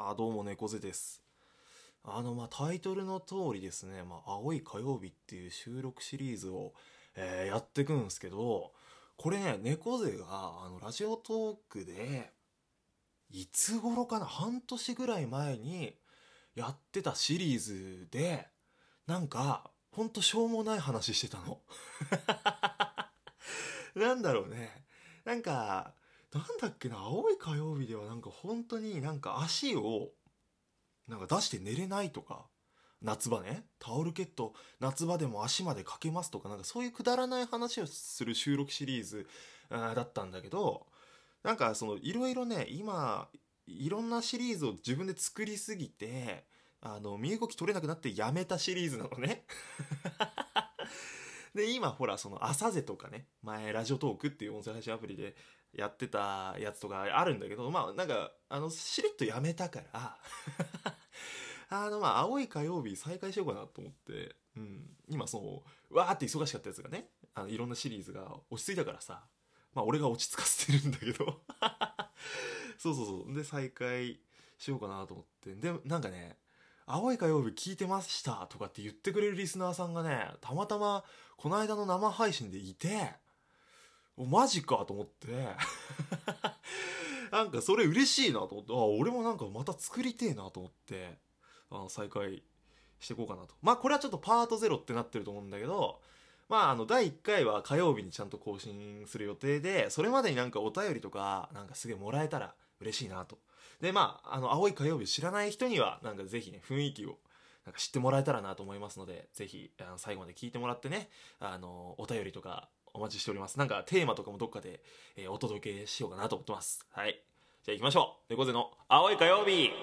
どうも猫背です。タイトルの通りですね、青い火曜日っていう収録シリーズを、やっていくんですけど、これね、猫背が、ラジオトークで、いつ頃かな、半年ぐらい前にやってたシリーズで、ほんとしょうもない話してたの。なんだろうね。なんか、なんだっけな、青い火曜日では本当に足を出して寝れないとか、夏場ね、タオルケット夏場でも足までかけますとか、そういうくだらない話をする収録シリーズだったんだけど、いろいろね、今いろんなシリーズを自分で作りすぎて身動き取れなくなってやめたシリーズなのね。で今ほら、その朝瀬とかね、前ラジオトークっていう音声配信アプリでやってたやつとかあるんだけど、しれっとやめたから青い火曜日再開しようかなと思って、今わーって忙しかったやつがね、いろんなシリーズが落ち着いたからさ、俺が落ち着かせてるんだけどそうで再開しようかなと思って、で青い火曜日聞いてましたとかって言ってくれるリスナーさんがね、たまたまこの間の生配信でいて、マジかと思ってそれ嬉しいなと思って、俺もまた作りてえなと思って、再開していこうかなと。これはちょっとパート0ってなってると思うんだけど、第1回は火曜日にちゃんと更新する予定で、それまでにお便りとかすげえもらえたら嬉しいなと。で青い火曜日知らない人にはぜひね、雰囲気を知ってもらえたらなと思いますので、ぜひ最後まで聞いてもらってね、お便りとかお待ちしております。テーマとかもどっかで、お届けしようかなと思ってます。はい、じゃあ行きましょう。猫背の青い火曜日。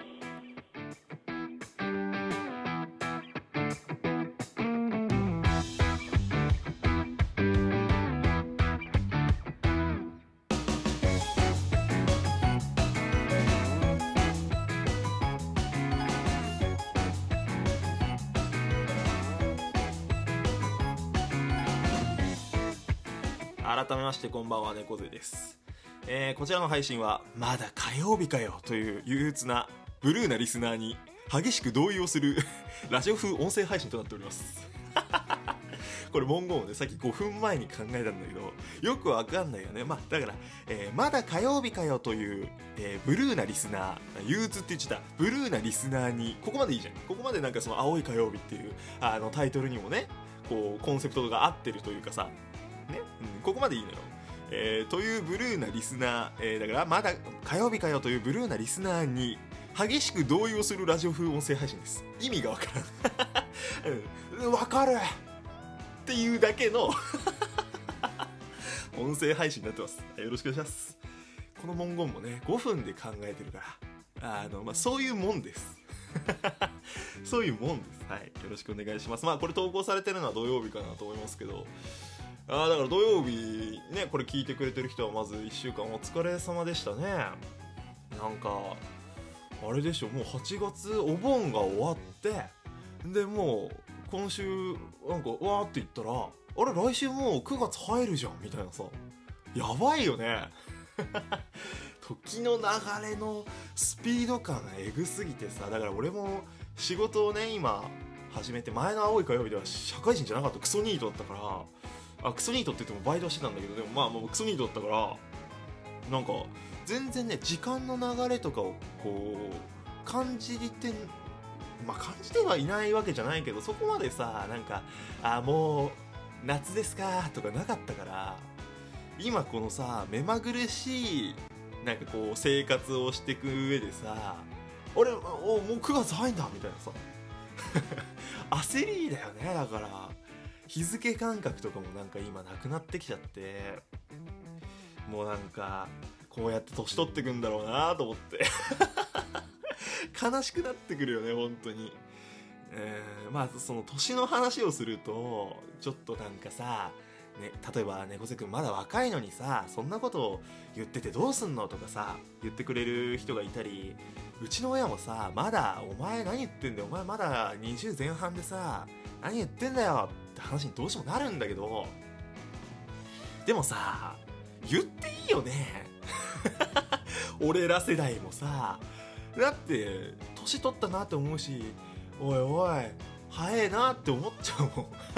改めましてこんばんは、猫背です。こちらの配信はまだ火曜日かよという憂鬱なブルーなリスナーに激しく同意をするラジオ風音声配信となっておりますこれ文言をね、さっき5分前に考えたんだけどよくわかんないよね。だから、まだ火曜日かよという、ブルーなリスナー、憂鬱って言っちゃったブルーなリスナーに、ここまでいいじゃん。ここまでその青い火曜日っていうタイトルにもね、こうコンセプトが合ってるというかさね、ここまでいいのよ。というブルーなリスナー、だからまだ火曜日かよというブルーなリスナーに激しく同意をするラジオ風音声配信です。意味がわからん、わかるっていうだけの音声配信になってます。よろしくお願いします。この文言もね、5分で考えてるからそういうもんですそういうもんです。はい、よろしくお願いします。これ投稿されてるのは土曜日かなと思いますけど、だから土曜日ね、これ聞いてくれてる人はまず1週間お疲れ様でしたね。あれでしょ、もう8月お盆が終わって、でもう今週わーって言ったら、あれ来週もう9月入るじゃんみたいなさ、やばいよね時の流れのスピード感がエグすぎてさ、だから俺も仕事をね今始めて、前の青い火曜日では社会人じゃなかった、クソニートだったから、クソニートって言ってもバイトしてたんだけど、でももうクソニートだったから全然ね、時間の流れとかをこう感じてはいないわけじゃないけど、そこまでさもう夏ですかとかなかったから、今このさ目まぐるしいこう生活をしていく上でさ、もう9月入んだみたいなさ焦りだよね。だから日付感覚とかも今なくなってきちゃって、もうこうやって年取ってくんだろうなと思って悲しくなってくるよね本当に。その年の話をするとちょっとさ、ね、例えば猫背くんまだ若いのにさ、そんなことを言っててどうすんのとかさ言ってくれる人がいたり、うちの親もさ、まだお前何言ってんだよ、お前まだ20前半でさ何言ってんだよって話にどうしてもなるんだけど、でもさ言っていいよね俺ら世代もさ、 だって年取ったなって思うし、おいおい早えなって思っちゃうもん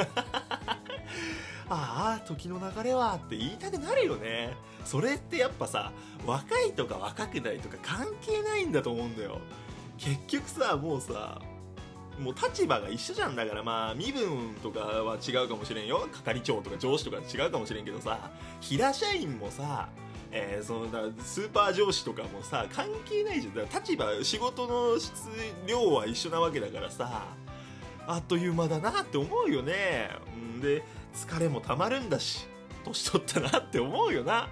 ああ時の流れはって言いたくなるよね。それってやっぱさ、若いとか若くないとか関係ないんだと思うんだよ。結局さ、もうさ、もう立場が一緒じゃん。だからまあ身分とかは違うかもしれんよ、係長とか上司とか違うかもしれんけどさ、平社員もさ、そのスーパー上司とかもさ関係ないじゃん。だから立場、仕事の質量は一緒なわけだからさ、あっという間だなって思うよね。で疲れもたまるんだし、年取ったなって思うよな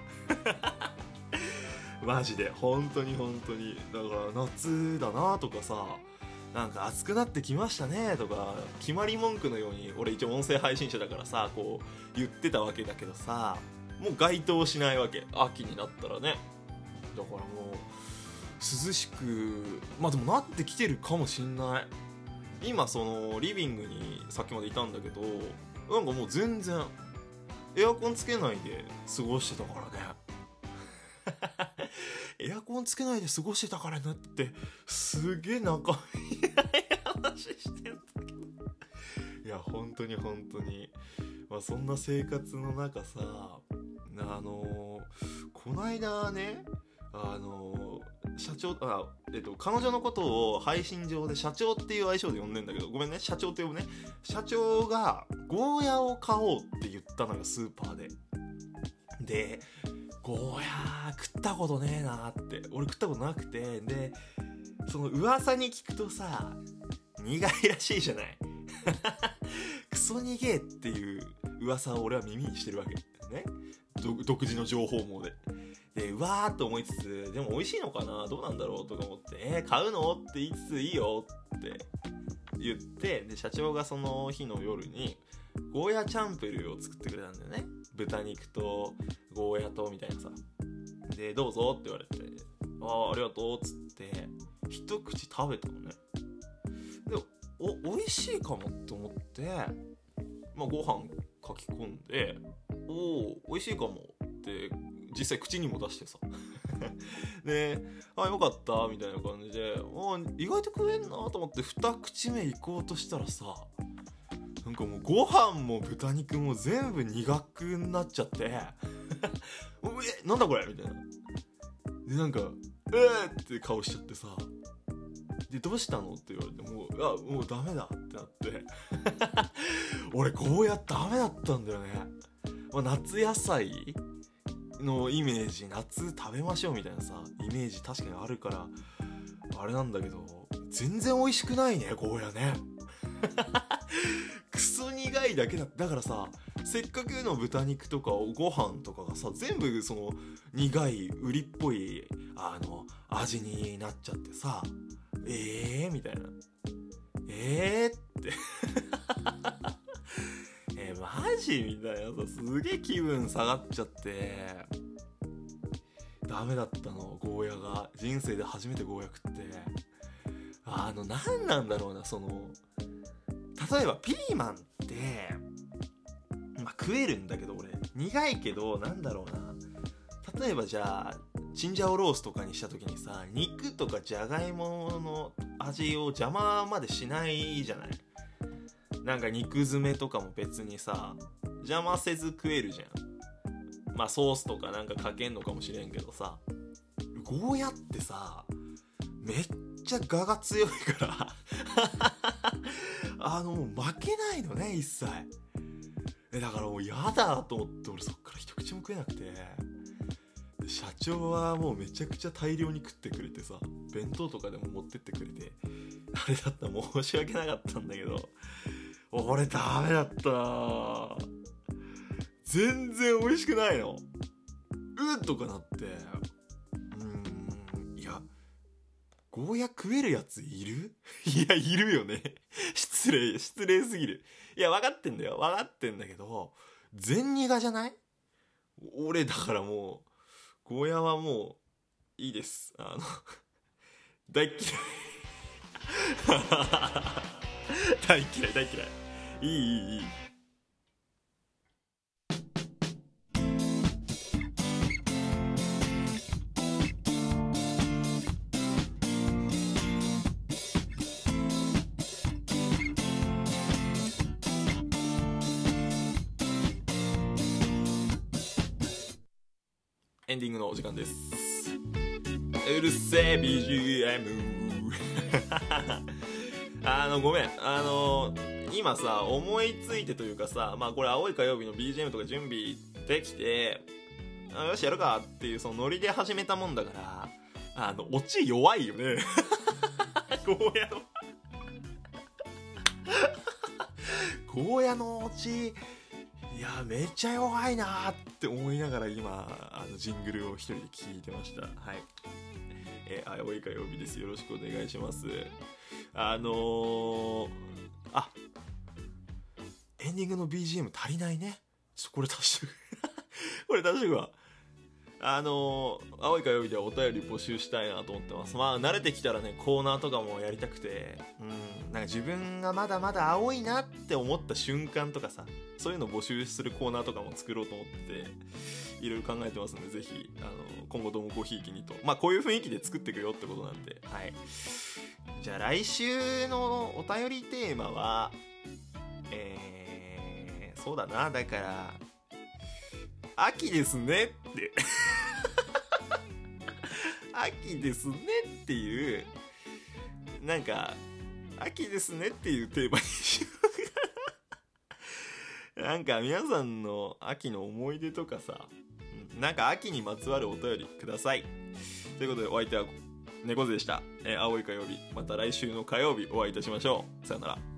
マジで本当に本当に。だから夏だなとかさ、なんか暑くなってきましたねとか決まり文句のように、俺一応音声配信者だからさこう言ってたわけだけどさ、もう該当しないわけ、秋になったらね。だからもう涼しくまあでもなってきてるかもしんない。今そのリビングにさっきまでいたんだけど、なんかもう全然エアコンつけないで過ごしてたからねエアコンつけないで過ごしてたからねってすげえ仲いい話してんだけど、いや本当に本当に、まあ、そんな生活の中さ、こないだね、社長彼女のことを配信上で社長っていう愛称で呼んでんだけど、ごめんね社長って呼ぶね。社長がゴーヤを買おうって言ったのよ、スーパーで。ゴーヤ食ったことねえなって、俺食ったことなくて、でその噂に聞くとさ苦いらしいじゃないクソ苦えっていう噂を俺は耳にしてるわけね、独自の情報網でうわーっと思いつつ、でも美味しいのかなどうなんだろうとか思って、買うのって言いつついいよって言って、で社長がその日の夜にゴーヤチャンプルーを作ってくれたんだよね。豚肉とゴーヤとみたいなさ。でどうぞって言われて、ありがとうっつって一口食べたのね。で美味しいかもと思って、まあ、ご飯かき込んで、美味しいかもって実際口にも出してさでよかったみたいな感じで、意外と食えんなと思って二口目行こうとしたらさ、なんかもうご飯も豚肉も全部苦くなっちゃってなんだこれみたいな。でなんかって顔しちゃってさ、でどうしたのって言われて、もうダメだってなって俺ゴーヤダメだったんだよね。夏野菜のイメージ、夏食べましょうみたいなさイメージ確かにあるからあれなんだけど、全然美味しくないねゴーヤねクソ苦いだけだからさ、せっかくの豚肉とかご飯とかがさ全部その苦い売りっぽい味になっちゃってさ、みたいなってマジみたいなさ、すげえ気分下がっちゃってダメだったの。ゴーヤが人生で初めてゴーヤ食って、何なんだろうな、その例えばピーマンって、食えるんだけど俺苦いけど、なんだろうな、例えばじゃあチンジャオロースとかにした時にさ、肉とかじゃがいもの味を邪魔までしないじゃない。なんか肉詰めとかも別にさ邪魔せず食えるじゃん。ソースとかなんかかけんのかもしれんけどさ、ゴーヤってさめっちゃ我が強いからもう負けないのね一切。だからもうやだと思って俺そっから一口も食えなくて、社長はもうめちゃくちゃ大量に食ってくれてさ、弁当とかでも持ってってくれて、あれだったら申し訳なかったんだけど、俺ダメだったな。全然美味しくないの。とかなって、いやゴーヤ食えるやついるいやいるよね失礼すぎる。いや分かってんだよ、分かってんだけど全苦じゃない？俺だからもうゴーヤはもういいです。大嫌い大嫌いいいエンディングのお時間です。うるせえ BGM ごめん、今さ思いついてというかさ、まあこれ青い火曜日の BGM とか準備できて、よしやるかっていうそのノリで始めたもんだから、オチ弱いよねゴーヤのゴーヤのオチ、いやめっちゃ弱いなーって思いながら今ジングルを一人で聞いてました。はい、青い火曜日です。よろしくお願いします。エンディングの BGM 足りないね。これ足してこれ足してくわ。青い火曜日ではお便り募集したいなと思ってます。まあ慣れてきたらね、コーナーとかもやりたくて、なんか自分がまだまだ青いなって思った瞬間とかさ、そういうのを募集するコーナーとかも作ろうと思っていろいろ考えてますので、ぜひ今後ともごひいきにと、まあこういう雰囲気で作っていくよってことなんで、はい。じゃあ来週のお便りテーマはそうだな、だから秋ですねって秋ですねっていう、なんか秋ですねっていうテーマにしようかななんか皆さんの秋の思い出とかさ、なんか秋にまつわるお便りください。ということでお相手は猫背でした。青い火曜日、また来週の火曜日お会いいたしましょう。さよなら。